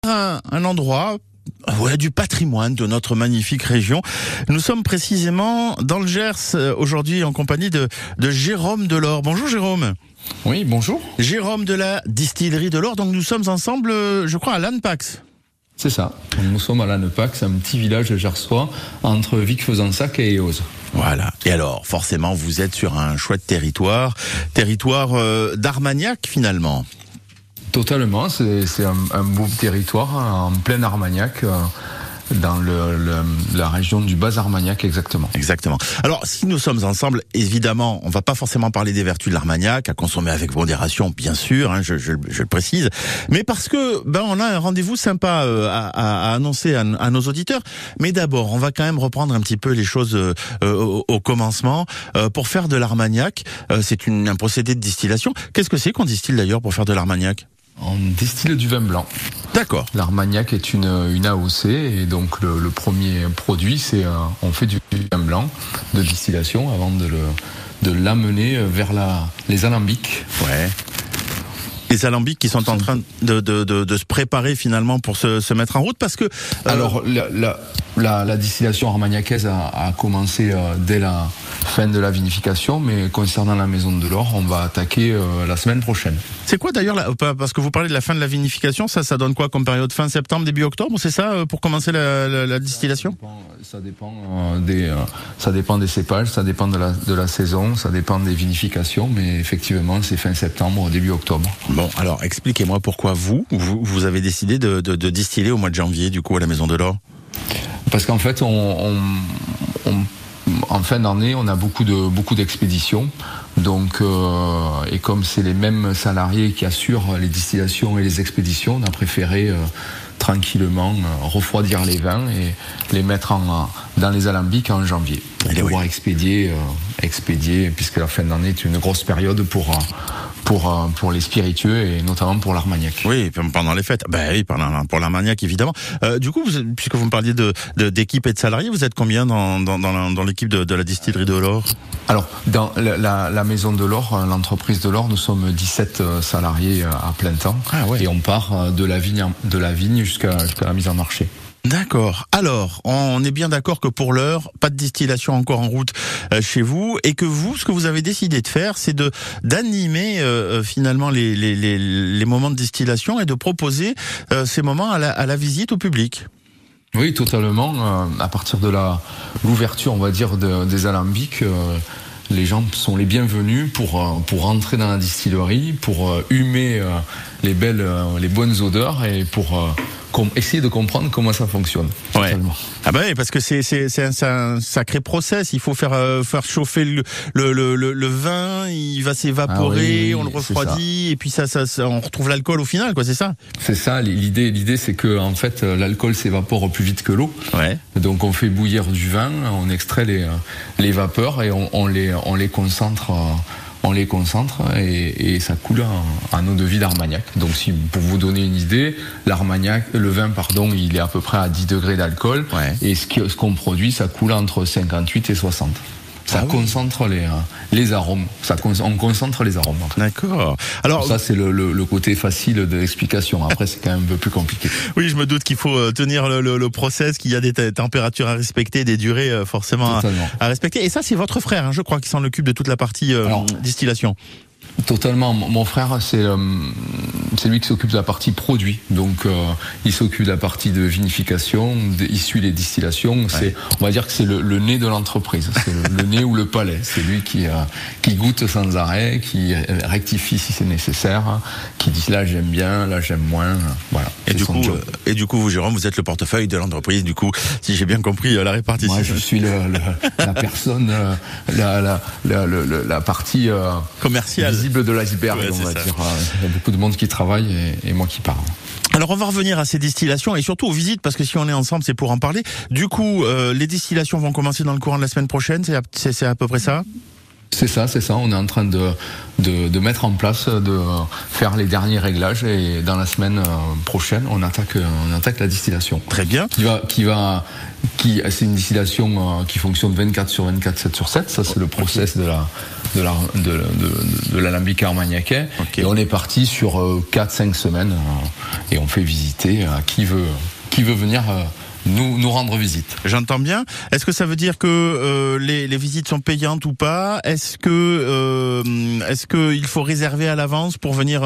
Un endroit du patrimoine de notre magnifique région. Nous sommes précisément dans le Gers aujourd'hui en compagnie de Jérôme Delors. Bonjour Jérôme. Oui, bonjour. Jérôme de la distillerie Delors. Donc nous sommes ensemble, je crois, à Lannepax. C'est ça. Nous sommes à Lannepax, un petit village gersois entre Vic-Fezensac et Eauze. Voilà. Et alors, forcément, vous êtes sur un chouette territoire d'Armagnac finalement. Totalement, c'est un beau territoire en plein Armagnac, dans la région du Bas-Armagnac exactement. Exactement. Alors, si nous sommes ensemble, évidemment, on va pas forcément parler des vertus de l'Armagnac, à consommer avec modération, bien sûr, je le précise, mais parce que on a un rendez-vous sympa à annoncer à nos auditeurs. Mais d'abord, on va quand même reprendre un petit peu les choses au commencement. Pour faire de l'Armagnac, c'est un procédé de distillation. Qu'est-ce que c'est qu'on distille d'ailleurs pour faire de l'Armagnac ? On distille du vin blanc. D'accord. L'Armagnac est une AOC et donc le premier produit, c'est on fait du vin blanc de distillation avant de l'amener vers les alambics. Ouais. Les alambics qui sont en train de se préparer finalement pour se mettre en route parce que... Alors la distillation armagnacaise a commencé dès la fin de la vinification, mais concernant la maison de Delors, on va attaquer la semaine prochaine. C'est quoi d'ailleurs, parce que vous parlez de la fin de la vinification, ça donne quoi comme période? Fin septembre, début octobre, c'est ça pour commencer la distillation? Ça dépend des cépages, ça dépend de la saison, ça dépend des vinifications, mais effectivement c'est fin septembre, début octobre. Bon, alors expliquez-moi pourquoi vous avez décidé de distiller au mois de janvier du coup à la maison de Delors. Parce qu'en fait en fin d'année, on a beaucoup d'expéditions. Donc, et comme c'est les mêmes salariés qui assurent les distillations et les expéditions, on a préféré tranquillement refroidir les vins et les mettre dans les alambics en janvier pour pouvoir expédier, puisque la fin d'année est une grosse période pour les spiritueux et notamment pour l'Armagnac. Oui, pendant les fêtes. Oui, pour l'Armagnac évidemment. Du coup, puisque vous me parliez d'équipe et de salariés, vous êtes combien dans l'équipe de la distillerie Delors? Alors, dans la maison Delors, l'entreprise Delors, nous sommes 17 salariés à plein temps. Ah ouais. Et on part de la vigne jusqu'à la mise en marché. D'accord. Alors, on est bien d'accord que pour l'heure, pas de distillation encore en route chez vous, et que ce que vous avez décidé de faire, c'est d'animer finalement les moments de distillation et de proposer ces moments à la visite au public. Oui, totalement. À partir de l'ouverture, on va dire, des alambics, les gens sont les bienvenus pour rentrer dans la distillerie, pour humer les bonnes odeurs et pour essayer de comprendre comment ça fonctionne. Ouais. Ah oui, parce que c'est un sacré process. Il faut faire chauffer le vin, il va s'évaporer, on le refroidit, et puis ça on retrouve l'alcool au final, quoi. C'est ça. C'est ça. L'idée, c'est que en fait, l'alcool s'évapore plus vite que l'eau. Ouais. Donc on fait bouillir du vin, on extrait les vapeurs et on les concentre. Et ça coule en eau de vie d'Armagnac. Donc pour vous donner une idée, le vin, il est à peu près à 10 degrés d'alcool. Ouais. Et ce qu'on produit, ça coule entre 58 et 60. Ça concentre les arômes. On concentre les arômes. En fait. D'accord. Alors ça, c'est le côté facile de l'explication. Après, c'est quand même un peu plus compliqué. Oui, je me doute qu'il faut tenir le process, qu'il y a des températures à respecter, des durées forcément à respecter. Et ça, c'est votre frère, je crois, qui s'en occupe de toute la partie distillation. Totalement. Mon frère, c'est lui qui s'occupe de la partie produit. Donc, il s'occupe de la partie de vinification, il suit les distillations. Ouais. On va dire que c'est le nez de l'entreprise. C'est le nez ou le palais. C'est lui qui goûte sans arrêt, qui rectifie si c'est nécessaire, qui dit là j'aime bien, là j'aime moins. Voilà. Et du coup, vous, Jérôme, vous êtes le portefeuille de l'entreprise. Du coup, si j'ai bien compris la répartition. Moi, je suis la personne, la partie commerciale. Visible de l'iceberg, on va dire. Il y a beaucoup de monde qui travaille et moi qui parle. Alors on va revenir à ces distillations et surtout aux visites, parce que si on est ensemble, c'est pour en parler. Du coup, les distillations vont commencer dans le courant de la semaine prochaine, c'est à peu près ça ? C'est ça. On est en train de mettre en place, de faire les derniers réglages et dans la semaine prochaine, on attaque la distillation. Très bien. C'est une distillation qui fonctionne 24 sur 24, 7 sur 7. Ça, c'est le process de l'alambic armagnaquais. Okay. Et on est parti sur 4-5 semaines et on fait visiter à qui veut venir nous rendre visite. J'entends bien. Est-ce que ça veut dire que les visites sont payantes ou pas? Est-ce que il faut réserver à l'avance pour venir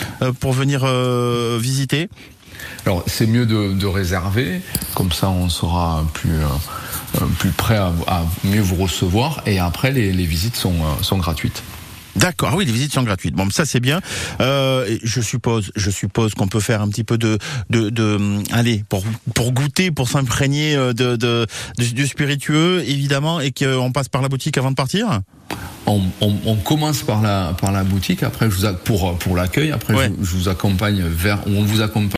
visiter? Alors c'est mieux de réserver, comme ça on sera plus prêt à mieux vous recevoir, et après les visites sont gratuites. D'accord, ah oui, les visites sont gratuites. Bon, ça c'est bien. Je suppose qu'on peut faire un petit peu allez, pour goûter, pour s'imprégner du spiritueux, évidemment, et qu'on passe par la boutique avant de partir. On commence par la boutique. Après, pour l'accueil. Après, ouais. je vous accompagne on vous accompagne